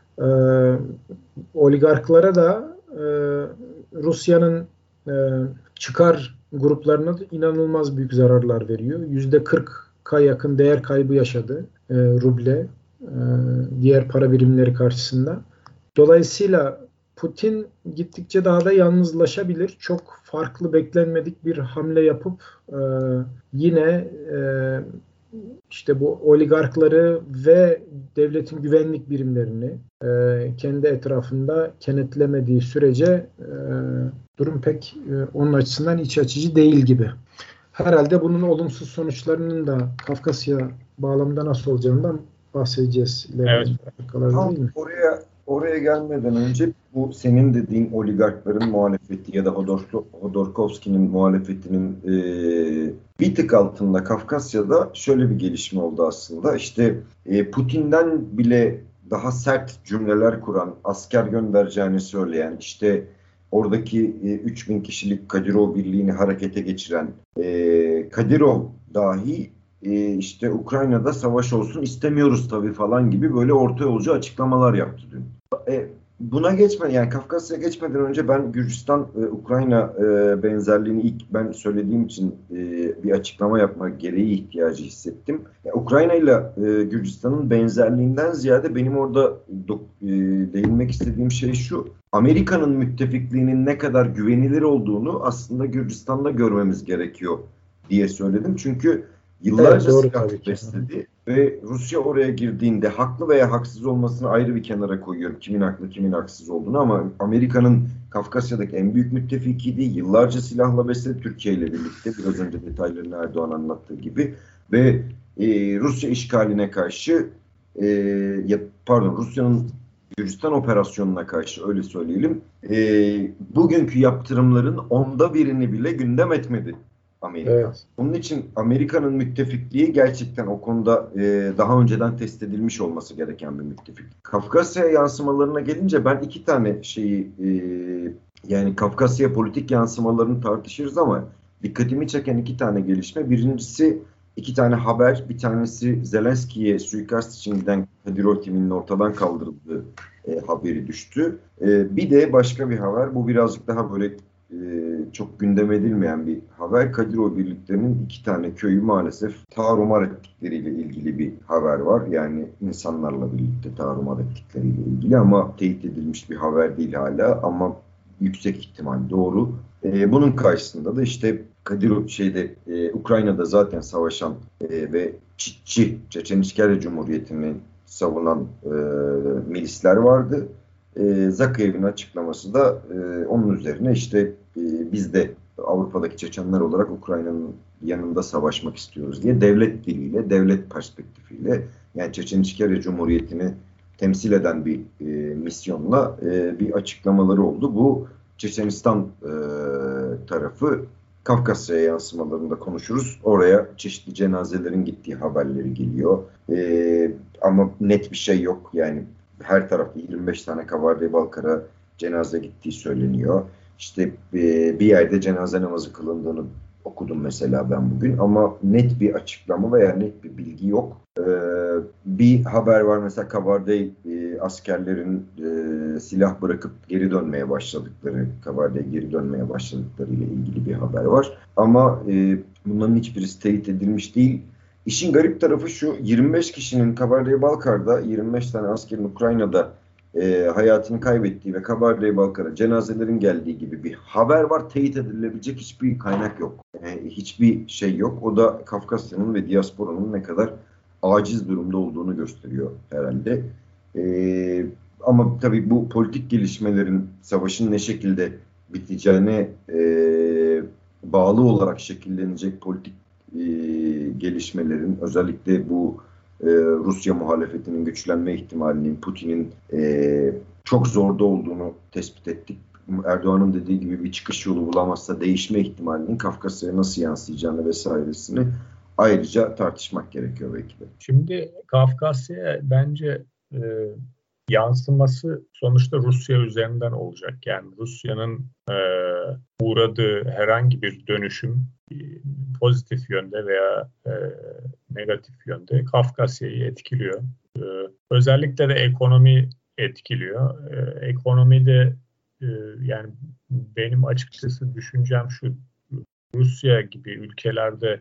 oligarklara da Rusya'nın çıkar gruplarına da inanılmaz büyük zararlar veriyor. %40'a yakın değer kaybı yaşadı ruble diğer para birimleri karşısında. Dolayısıyla Putin gittikçe daha da yalnızlaşabilir. Çok farklı, beklenmedik bir hamle yapıp yine işte bu oligarkları ve devletin güvenlik birimlerini kendi etrafında kenetlemediği sürece durum pek onun açısından iç açıcı değil gibi. Herhalde bunun olumsuz sonuçlarının da Kafkasya bağlamında nasıl olacağından bahsedeceğiz. Evet. Değil mi? Oraya gelmeden önce bu senin dediğin oligarkların muhalefeti ya da Hodorkovski'nin muhalefetinin bir tık altında Kafkasya'da şöyle bir gelişme oldu aslında. İşte Putin'den bile daha sert cümleler kuran, asker göndereceğini söyleyen, işte oradaki 3000 kişilik Kadirov birliğini harekete geçiren Kadirov dahi işte Ukrayna'da savaş olsun istemiyoruz tabii falan gibi böyle orta yolcu açıklamalar yaptı dün. Buna yani Kafkasya'ya geçmeden önce ben Gürcistan-Ukrayna benzerliğini ilk ben söylediğim için bir açıklama yapma gereği ihtiyacı hissettim. Ukrayna ile Gürcistan'ın benzerliğinden ziyade benim orada değinmek istediğim şey şu. Amerika'nın müttefikliğinin ne kadar güvenilir olduğunu aslında Gürcistan'da görmemiz gerekiyor diye söyledim. Çünkü yıllarca silah besledi ve Rusya oraya girdiğinde haklı veya haksız olmasını ayrı bir kenara koyuyorum. Kimin haklı kimin haksız olduğunu, ama Amerika'nın Kafkasya'daki en büyük müttefikiydi. Yıllarca silahla besledi Türkiye ile birlikte, biraz önce detaylarını Erdoğan anlattığı gibi ve Rusya işgaline karşı Rusya'nın Gürcistan operasyonuna karşı öyle söyleyelim bugünkü yaptırımların 1/10 bile gündem etmedi Amerika. Evet. Onun için Amerika'nın müttefikliği gerçekten o konuda daha önceden test edilmiş olması gereken bir müttefik. Kafkasya yansımalarına gelince ben iki tane şeyi yani Kafkasya politik yansımalarını tartışırız ama dikkatimi çeken iki tane gelişme. Birincisi 2 tane haber. Bir tanesi Zelenski'ye suikast için giden Kadyrov timinin ortadan kaldırıldığı haberi düştü. Bir de başka bir haber. Bu birazcık daha böyle çok gündem edilmeyen bir haber. Kadyrov birliklerinin 2 tane köyü maalesef tarumar ettikleriyle ilgili bir haber var. Yani insanlarla birlikte tarumar ettikleriyle ilgili ama teyit edilmiş bir haber değil hala, ama yüksek ihtimal doğru. Bunun karşısında da işte Kadyrov Ukrayna'da zaten savaşan ve Çitçi Çeçen İşgal Cumhuriyeti'ni savunan milisler vardı. Zakayev'in açıklaması da onun üzerine işte biz de Avrupa'daki Çeçenler olarak Ukrayna'nın yanında savaşmak istiyoruz diye devlet diliyle, devlet perspektifiyle, yani Çeçen İşgal Cumhuriyeti'ni temsil eden bir misyonla bir açıklamaları oldu. Bu Çeçenistan tarafı Kafkasya'ya yansımalarında konuşuruz. Oraya çeşitli cenazelerin gittiği haberleri geliyor. Ama net bir şey yok. Yani her tarafta 25 tane Kabardey-Balkar'a cenaze gittiği söyleniyor. İşte bir yerde cenaze namazı kılındığını okudum mesela ben bugün, ama net bir açıklama veya net bir bilgi yok. Bir haber var mesela, Kabardey askerlerin silah bırakıp geri dönmeye başladıkları, Kabardey'e geri dönmeye başladıkları ile ilgili bir haber var. Ama bunların hiçbirisi teyit edilmiş değil. İşin garip tarafı şu: 25 kişinin Kabardey-Balkar'da, 25 tane askerin Ukrayna'da hayatını kaybettiği ve Kabardey-Balkar'a cenazelerin geldiği gibi bir haber var. Teyit edilebilecek hiçbir kaynak yok. Hiçbir şey yok. O da Kafkasya'nın ve diasporanın ne kadar aciz durumda olduğunu gösteriyor herhalde. Ama tabii bu politik gelişmelerin, savaşın ne şekilde biteceğine bağlı olarak şekillenecek politik gelişmelerin, özellikle bu Rusya muhalefetinin güçlenme ihtimalinin, Putin'in çok zorda olduğunu tespit ettik. Erdoğan'ın dediği gibi bir çıkış yolu bulamazsa değişme ihtimalinin Kafkasya'ya nasıl yansıyacağını vesairesini ayrıca tartışmak gerekiyor belki de. Şimdi Kafkasya bence yansıması sonuçta Rusya üzerinden olacak. Yani Rusya'nın uğradığı herhangi bir dönüşüm pozitif yönde veya negatif yönde Kafkasya'yı etkiliyor. Özellikle de ekonomi etkiliyor. Ekonomide yani benim açıkçası düşüncem şu: Rusya gibi ülkelerde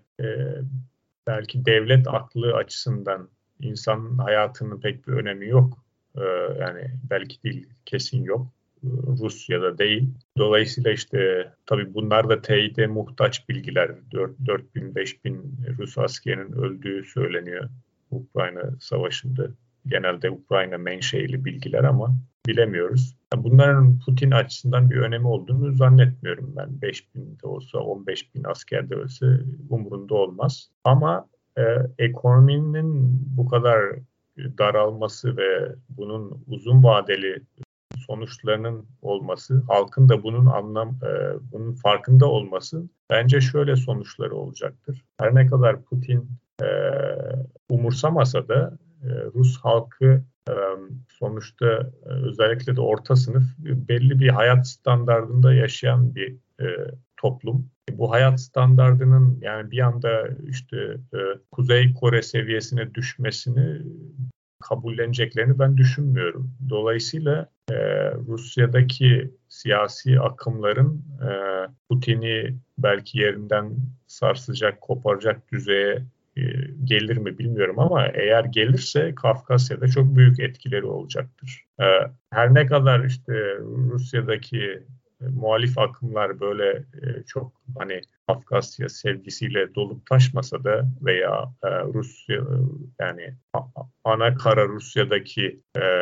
belki devlet aklı açısından insanın hayatının pek bir önemi yok. Yani belki değil, kesin yok. Rusya'da değil. Dolayısıyla işte tabii bunlar da teyide muhtaç bilgiler. 4.000-5.000 Rus askerinin öldüğü söyleniyor Ukrayna Savaşı'nda. Genelde Ukrayna menşeili bilgiler ama bilemiyoruz. Bunların Putin açısından bir önemi olduğunu zannetmiyorum ben. 5.000 de olsa, 15.000 asker de olsa umurunda olmaz. Ama ekonominin bu kadar daralması ve bunun uzun vadeli sonuçlarının olması, halkın da bunun farkında olması bence şöyle sonuçları olacaktır. Her ne kadar Putin umursamasa da Rus halkı sonuçta özellikle de orta sınıf belli bir hayat standardında yaşayan bir toplum. bu hayat standardının yani bir anda işte Kuzey Kore seviyesine düşmesini kabulleneceklerini ben düşünmüyorum. Dolayısıyla Rusya'daki siyasi akımların Putin'i belki yerinden sarsacak, koparacak düzeye gelir mi bilmiyorum ama eğer gelirse Kafkasya'da çok büyük etkileri olacaktır. Her ne kadar işte Rusya'daki muhalif akımlar böyle çok hani Kafkasya sevgisiyle dolup taşmasa da veya Rusya yani ana kara Rusya'daki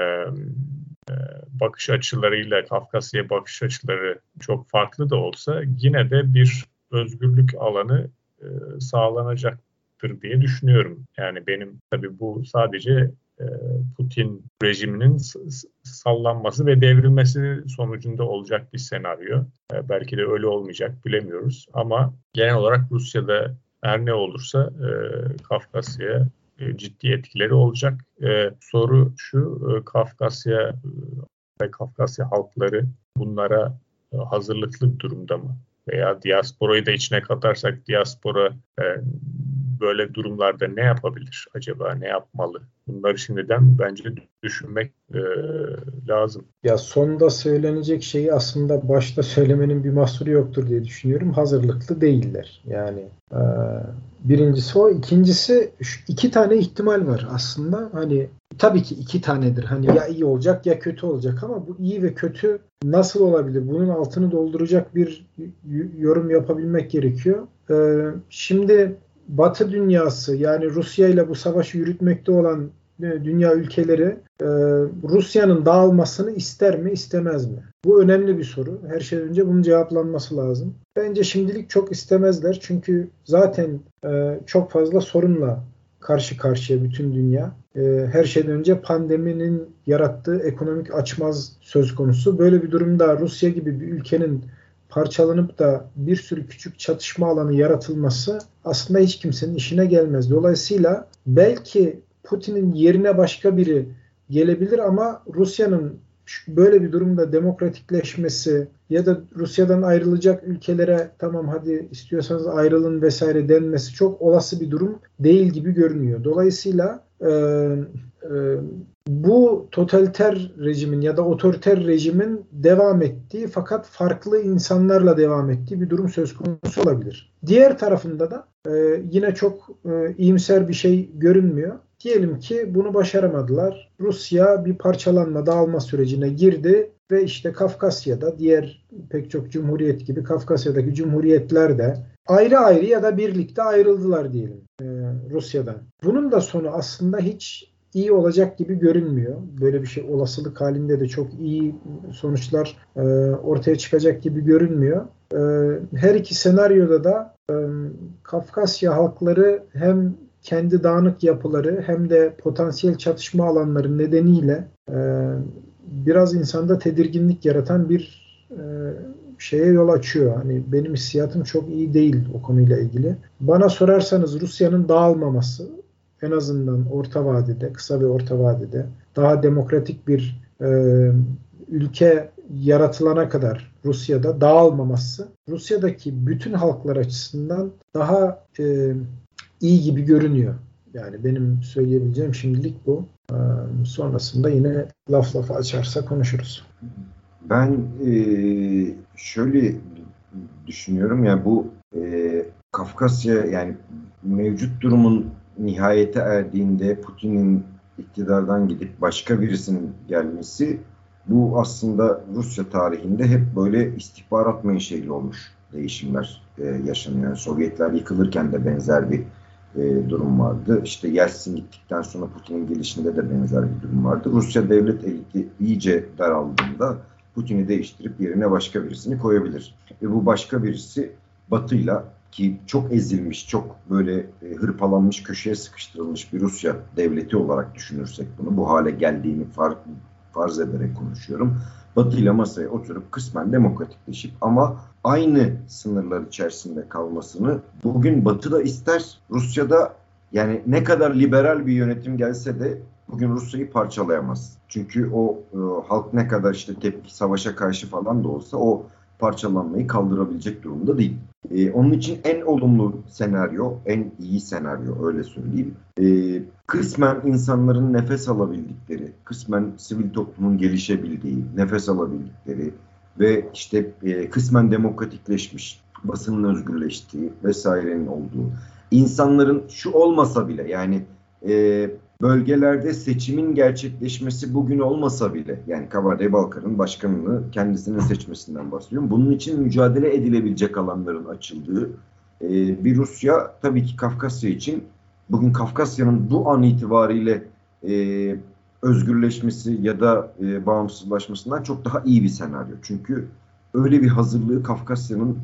bakış açılarıyla Kafkasya bakış açıları çok farklı da olsa yine de bir özgürlük alanı sağlanacaktır diye düşünüyorum. Yani benim tabii bu sadece Putin rejiminin sallanması ve devrilmesi sonucunda olacak bir senaryo. Belki de öyle olmayacak, bilemiyoruz. Ama genel olarak Rusya'da her ne olursa Kafkasya'ya ciddi etkileri olacak. Soru şu, Kafkasya ve Kafkasya halkları bunlara hazırlıklı durumda mı? Veya diasporayı da içine katarsak diaspora böyle durumlarda ne yapabilir acaba, ne yapmalı? Bunları şimdiden bence düşünmek lazım. Ya sonda söylenecek şeyi aslında başta söylemenin bir mahsuru yoktur diye düşünüyorum. Hazırlıklı değiller. Yani birincisi o. İkincisi iki tane ihtimal var aslında. Hani tabii ki iki tanedir. Hani ya iyi olacak ya kötü olacak ama bu iyi ve kötü nasıl olabilir? Bunun altını dolduracak bir yorum yapabilmek gerekiyor. Şimdi Batı dünyası yani Rusya ile bu savaşı yürütmekte olan dünya ülkeleri Rusya'nın dağılmasını ister mi istemez mi? Bu önemli bir soru. Her şeyden önce bunun cevaplanması lazım. Bence şimdilik çok istemezler çünkü zaten çok fazla sorunla karşı karşıya bütün dünya. Her şeyden önce pandeminin yarattığı ekonomik açmaz söz konusu. Böyle bir durumda Rusya gibi bir ülkenin parçalanıp da bir sürü küçük çatışma alanı yaratılması aslında hiç kimsenin işine gelmez. Dolayısıyla belki Putin'in yerine başka biri gelebilir ama Rusya'nın böyle bir durumda demokratikleşmesi ya da Rusya'dan ayrılacak ülkelere tamam hadi istiyorsanız ayrılın vesaire denmesi çok olası bir durum değil gibi görünüyor. Dolayısıyla bu totaliter rejimin ya da otoriter rejimin devam ettiği fakat farklı insanlarla devam ettiği bir durum söz konusu olabilir. Diğer tarafında da yine çok iyimser bir şey görünmüyor. Diyelim ki bunu başaramadılar. Rusya bir parçalanma, dağılma sürecine girdi ve işte Kafkasya'da diğer pek çok cumhuriyet gibi Kafkasya'daki cumhuriyetler de ayrı ayrı ya da birlikte ayrıldılar diyelim Rusya'dan. Bunun da sonu aslında hiç iyi olacak gibi görünmüyor. Böyle bir şey olasılık halinde de çok iyi sonuçlar ortaya çıkacak gibi görünmüyor. Her iki senaryoda da Kafkasya halkları hem kendi dağınık yapıları hem de potansiyel çatışma alanları nedeniyle biraz insanda tedirginlik yaratan bir şeye yol açıyor. Hani benim hissiyatım çok iyi değil o konuyla ilgili. Bana sorarsanız Rusya'nın dağılmaması en azından orta vadede, kısa ve orta vadede daha demokratik bir ülke yaratılana kadar Rusya'da dağılmaması Rusya'daki bütün halklar açısından daha iyi gibi görünüyor. Yani benim söyleyebileceğim şimdilik bu. Sonrasında yine laf lafa açarsa konuşuruz. Ben şöyle düşünüyorum yani bu Kafkasya yani mevcut durumun nihayete erdiğinde Putin'in iktidardan gidip başka birisinin gelmesi bu aslında Rusya tarihinde hep böyle istihbarat menşeli olmuş değişimler yaşanıyor. Yani Sovyetler yıkılırken de benzer bir durum vardı. İşte Yeltsin gittikten sonra Putin'in gelişinde de benzer bir durum vardı. Rusya devlet eliti iyice daraldığında Putin'i değiştirip yerine başka birisini koyabilir. Ve bu başka birisi Batı'yla ki çok ezilmiş, çok böyle hırpalanmış, köşeye sıkıştırılmış bir Rusya devleti olarak düşünürsek bunu, bu hale geldiğini farz ederek konuşuyorum. Batı ile masaya oturup kısmen demokratikleşip ama aynı sınırlar içerisinde kalmasını bugün Batı da ister, Rusya'da yani ne kadar liberal bir yönetim gelse de bugün Rusya'yı parçalayamaz. Çünkü o halk ne kadar işte tepki, savaşa karşı falan da olsa o parçalanmayı kaldırabilecek durumda değil. Onun için en olumlu senaryo, en iyi senaryo öyle söyleyeyim. Kısmen insanların nefes alabildikleri, kısmen sivil toplumun gelişebildiği, nefes alabildikleri ve işte kısmen demokratikleşmiş, basının özgürleştiği vesairenin olduğu. İnsanların şu olmasa bile yani bölgelerde seçimin gerçekleşmesi bugün olmasa bile yani Kabardey-Balkar'ın başkanını kendisinin seçmesinden bahsediyorum. Bunun için mücadele edilebilecek alanların açıldığı bir Rusya tabii ki Kafkasya için bugün Kafkasya'nın bu an itibariyle özgürleşmesi ya da bağımsızlaşmasından çok daha iyi bir senaryo. Çünkü öyle bir hazırlığı Kafkasya'nın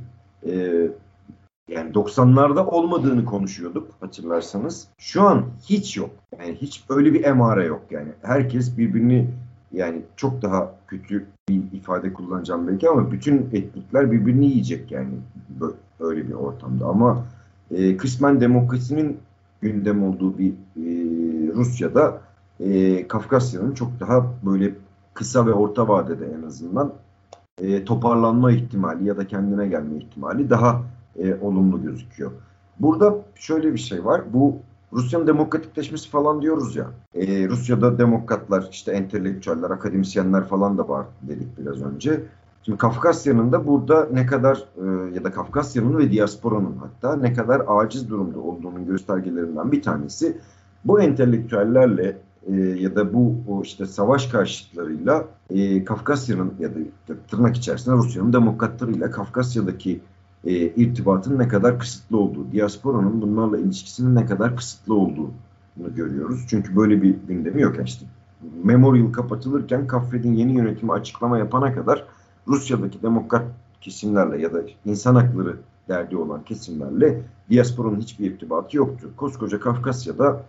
yani 90'larda olmadığını konuşuyorduk hatırlarsanız. Şu an hiç yok. Yani hiç öyle bir emare yok yani. Herkes birbirini yani çok daha kötü bir ifade kullanacağım belki ama bütün etnikler birbirini yiyecek yani öyle bir ortamda. Ama kısmen demokrasinin gündem olduğu bir Rusya'da Kafkasya'nın çok daha böyle kısa ve orta vadede en azından toparlanma ihtimali ya da kendine gelme ihtimali daha olumlu gözüküyor. Burada şöyle bir şey var. Bu Rusya'nın demokratikleşmesi falan diyoruz ya. Rusya'da demokratlar, işte entelektüeller, akademisyenler falan da var dedik biraz önce. Şimdi Kafkasya'nın da burada ne kadar ya da Kafkasya'nın ve diasporanın hatta ne kadar aciz durumda olduğunun göstergelerinden bir tanesi bu entelektüellerle ya da bu işte savaş karşıtlarıyla Kafkasya'nın ya da tırnak içerisinde Rusya'nın demokratlarıyla Kafkasya'daki irtibatın ne kadar kısıtlı olduğu, diasporanın bunlarla ilişkisinin ne kadar kısıtlı olduğunu görüyoruz. Çünkü böyle bir gündemi yok. İşte Memorial kapatılırken Kafred'in yeni yönetimi açıklama yapana kadar Rusya'daki demokrat kesimlerle ya da insan hakları derdi olan kesimlerle diasporanın hiçbir irtibatı yoktu. Koskoca Kafkasya'da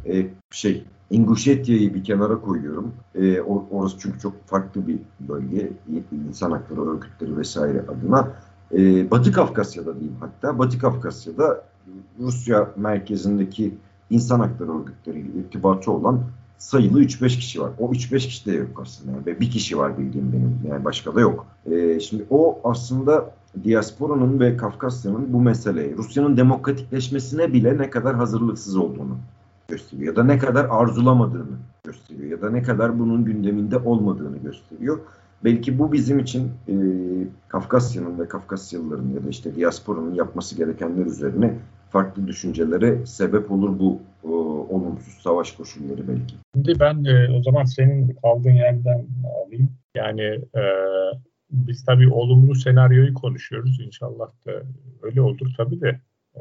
İnguşetya'yı bir kenara koyuyorum. Orası çünkü çok farklı bir bölge. İnsan hakları örgütleri vesaire adına. Batı Kafkasya'da diyeyim hatta. Batı Kafkasya'da Rusya merkezindeki insan hakları örgütleriyle irtibatı olan sayılı 3-5 kişi var. O 3-5 kişi de yok aslında. Yani. Ve bir kişi var bildiğim benim. Yani başka da yok. Şimdi o aslında diasporanın ve Kafkasya'nın bu meseleye, Rusya'nın demokratikleşmesine bile ne kadar hazırlıksız olduğunu gösteriyor. Ya da ne kadar arzulamadığını gösteriyor. Ya da ne kadar bunun gündeminde olmadığını gösteriyor. Belki bu bizim için Kafkasya'nın ve Kafkasyalıların ya da işte diasporanın yapması gerekenler üzerine farklı düşüncelere sebep olur bu olumsuz savaş koşulları belki. Şimdi ben o zaman senin kaldığın yerden alayım. Yani biz tabii olumlu senaryoyu konuşuyoruz. İnşallah da öyle olur tabii de.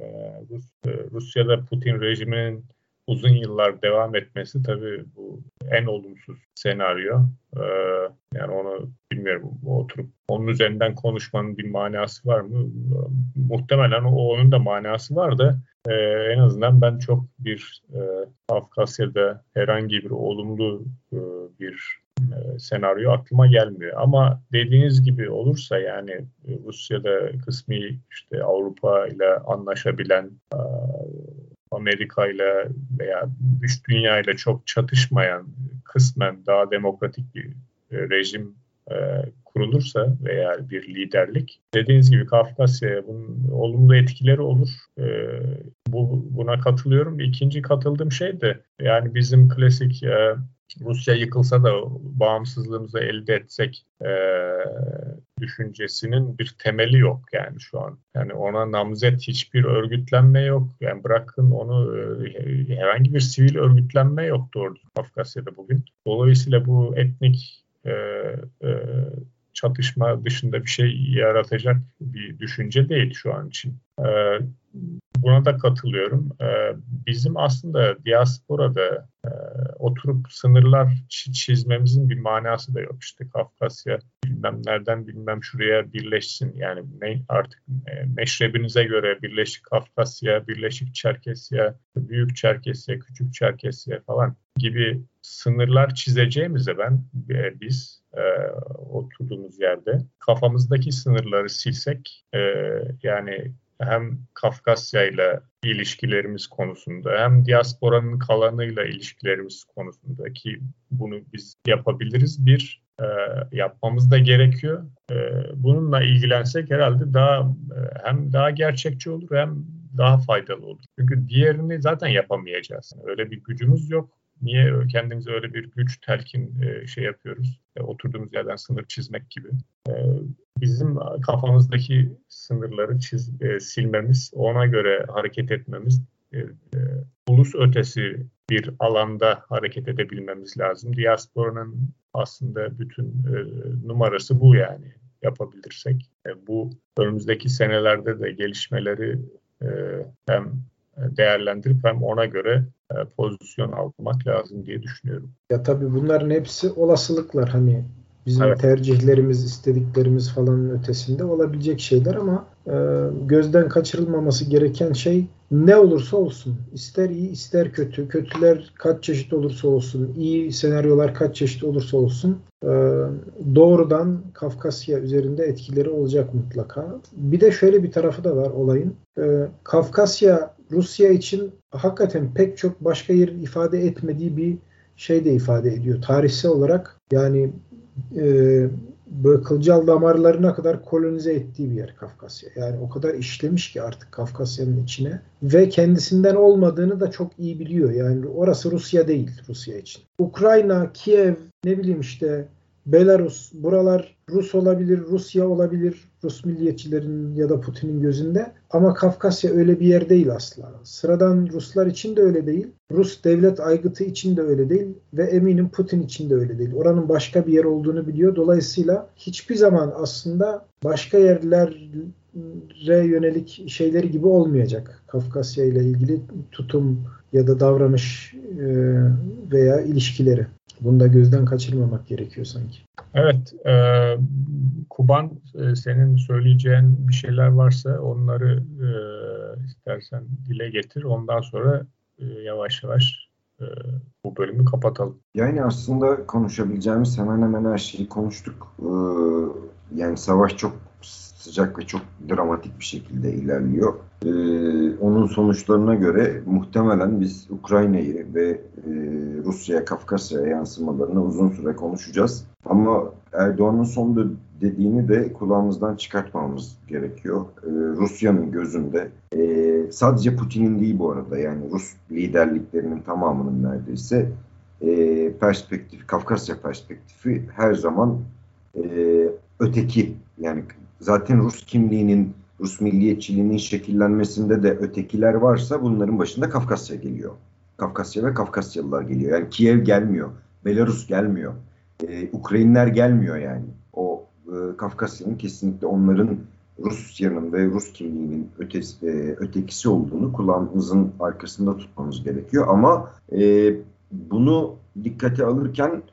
Rusya'da Putin rejiminin uzun yıllar devam etmesi tabii bu en olumsuz senaryo. Yani onu bilmiyorum. Oturup onun üzerinden konuşmanın bir manası var mı? Muhtemelen onun da manası var da en azından ben çok bir Kafkasya'da herhangi bir olumlu bir senaryo aklıma gelmiyor. Ama dediğiniz gibi olursa yani Rusya'da kısmi işte Avrupa ile anlaşabilen Amerika ile veya dış dünya ile çok çatışmayan kısmen daha demokratik bir rejim kurulursa veya bir liderlik dediğiniz gibi Kafkasya'ya bunun olumlu etkileri olur. Buna katılıyorum. İkinci katıldığım şey de yani bizim klasik Rusya yıkılsa da bağımsızlığımızı elde etsek düşüncesinin bir temeli yok yani şu an. Yani ona namzet hiçbir örgütlenme yok. Yani bırakın onu herhangi bir sivil örgütlenme yok doğru Kafkasya'da bugün. Dolayısıyla bu etnik çatışma dışında bir şey yaratacak bir düşünce değil şu an için. Buna da katılıyorum. Bizim aslında diasporada oturup sınırlar çizmemizin bir manası da yok. İşte Kafkasya bilmem nereden bilmem şuraya birleşsin. Yani artık meşrebinize göre Birleşik Kafkasya, Birleşik Çerkesya, Büyük Çerkesya, Küçük Çerkesya falan gibi sınırlar çizeceğimize biz oturduğumuz yerde kafamızdaki sınırları silsek yani hem Kafkasya ile ilişkilerimiz konusunda hem diasporanın kalanıyla ilişkilerimiz konusunda ki bunu biz yapabiliriz. Bir yapmamız da gerekiyor. Bununla ilgilensek herhalde hem daha gerçekçi olur hem daha faydalı olur. Çünkü diğerini zaten yapamayacağız. Yani öyle bir gücümüz yok. Niye kendimize öyle bir güç telkin yapıyoruz? Oturduğumuz yerden sınır çizmek gibi. Bizim kafamızdaki sınırları silmemiz, ona göre hareket etmemiz, ulus ötesi bir alanda hareket edebilmemiz lazım. Diasporanın aslında bütün numarası bu yani yapabilirsek. Bu önümüzdeki senelerde de gelişmeleri hem değerlendirip hem ona göre pozisyon almak lazım diye düşünüyorum. Ya tabii bunların hepsi olasılıklar, hani bizim tercihlerimiz, istediklerimiz falan ötesinde olabilecek şeyler ama gözden kaçırılmaması gereken şey ne olursa olsun. İster iyi ister kötü. Kötüler kaç çeşit olursa olsun, iyi senaryolar kaç çeşit olursa olsun doğrudan Kafkasya üzerinde etkileri olacak mutlaka. Bir de şöyle bir tarafı da var olayın. Kafkasya Rusya için hakikaten pek çok başka yer ifade etmediği bir şey de ifade ediyor. Tarihsel olarak yani böyle kılcal damarlarına kadar kolonize ettiği bir yer Kafkasya. Yani o kadar işlemiş ki artık Kafkasya'nın içine ve kendisinden olmadığını da çok iyi biliyor. Yani orası Rusya değil Rusya için. Ukrayna, Kiev, ne bileyim işte Belarus, buralar Rus olabilir, Rusya olabilir, Rus milliyetçilerin ya da Putin'in gözünde. Ama Kafkasya öyle bir yer değil asla. Sıradan Ruslar için de öyle değil. Rus devlet aygıtı için de öyle değil. Ve eminim Putin için de öyle değil. Oranın başka bir yer olduğunu biliyor. Dolayısıyla hiçbir zaman aslında başka yerlere yönelik şeyleri gibi olmayacak. Kafkasya ile ilgili tutum ya da davranış veya ilişkileri. Bunu da gözden kaçırmamak gerekiyor sanki. Evet, Kuban, senin söyleyeceğin bir şeyler varsa onları istersen dile getir. Ondan sonra yavaş yavaş bu bölümü kapatalım. Yani aslında konuşabileceğimiz hemen hemen her şeyi konuştuk. Yani savaş çok sıcak ve çok dramatik bir şekilde ilerliyor. Onun sonuçlarına göre muhtemelen biz Ukrayna'yı ve Rusya'ya, Kafkasya'ya yansımalarını uzun süre konuşacağız. Ama Erdoğan'ın son dediğini de kulağımızdan çıkartmamamız gerekiyor. Rusya'nın gözünde sadece Putin'in değil bu arada, yani Rus liderliklerinin tamamının neredeyse Kafkasya perspektifi her zaman öteki. Yani zaten Rus kimliğinin, Rus milliyetçiliğinin şekillenmesinde de ötekiler varsa bunların başında Kafkasya geliyor. Kafkasya ve Kafkasyalılar geliyor. Yani Kiev gelmiyor, Belarus gelmiyor, Ukrayniler gelmiyor yani. O Kafkasya'nın kesinlikle onların Rusya'nın ve Rus kimliğinin ötekisi olduğunu kulağımızın arkasında tutmamız gerekiyor. Ama bunu dikkate alırken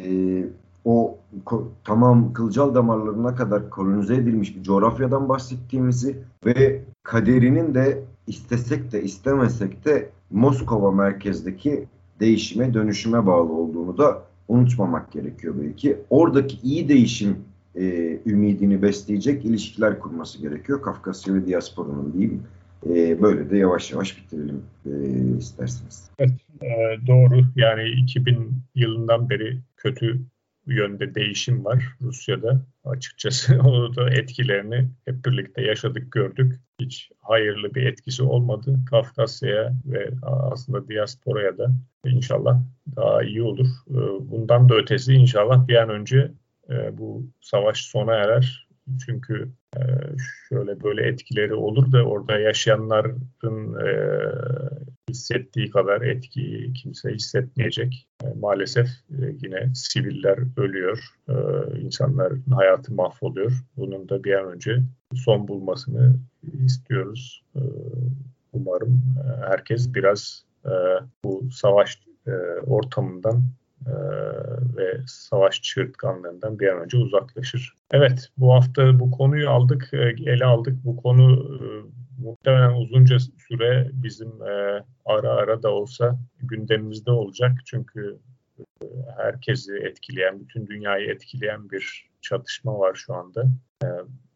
tamam kılcal damarlarına kadar kolonize edilmiş bir coğrafyadan bahsettiğimizi ve kaderinin de istesek de istemesek de Moskova merkezdeki değişime, dönüşüme bağlı olduğunu da unutmamak gerekiyor belki. Oradaki iyi değişim ümidini besleyecek ilişkiler kurması gerekiyor. Kafkasya ve diasporanın diyeyim. Böyle de yavaş yavaş bitirelim isterseniz. Evet, doğru. Yani 2000 yılından beri kötü yönde değişim var Rusya'da. Açıkçası o da etkilerini hep birlikte yaşadık, gördük. Hiç hayırlı bir etkisi olmadı. Kafkasya'ya ve aslında diasporaya da inşallah daha iyi olur. Bundan da ötesi inşallah bir an önce bu savaş sona erer. Çünkü şöyle böyle etkileri olur da orada yaşayanların hissettiği kadar etkiyi kimse hissetmeyecek. Maalesef yine siviller ölüyor, insanların hayatı mahvoluyor. Bunun da bir an önce son bulmasını istiyoruz. Umarım herkes biraz bu savaş ortamından ve savaş çığırtkanlığından bir an önce uzaklaşır. Evet, bu hafta bu konuyu ele aldık. Bu konu muhtemelen uzunca süre bizim ara ara da olsa gündemimizde olacak. Çünkü herkesi etkileyen, bütün dünyayı etkileyen bir çatışma var şu anda.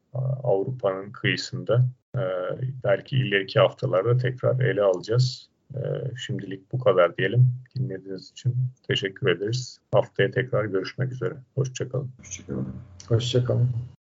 Avrupa'nın kıyısında. Belki ileriki haftalarda tekrar ele alacağız. Şimdilik bu kadar diyelim. Dinlediğiniz için teşekkür ederiz. Haftaya tekrar görüşmek üzere. Hoşça kalın. Hoşçakalın. Hoşça kalın.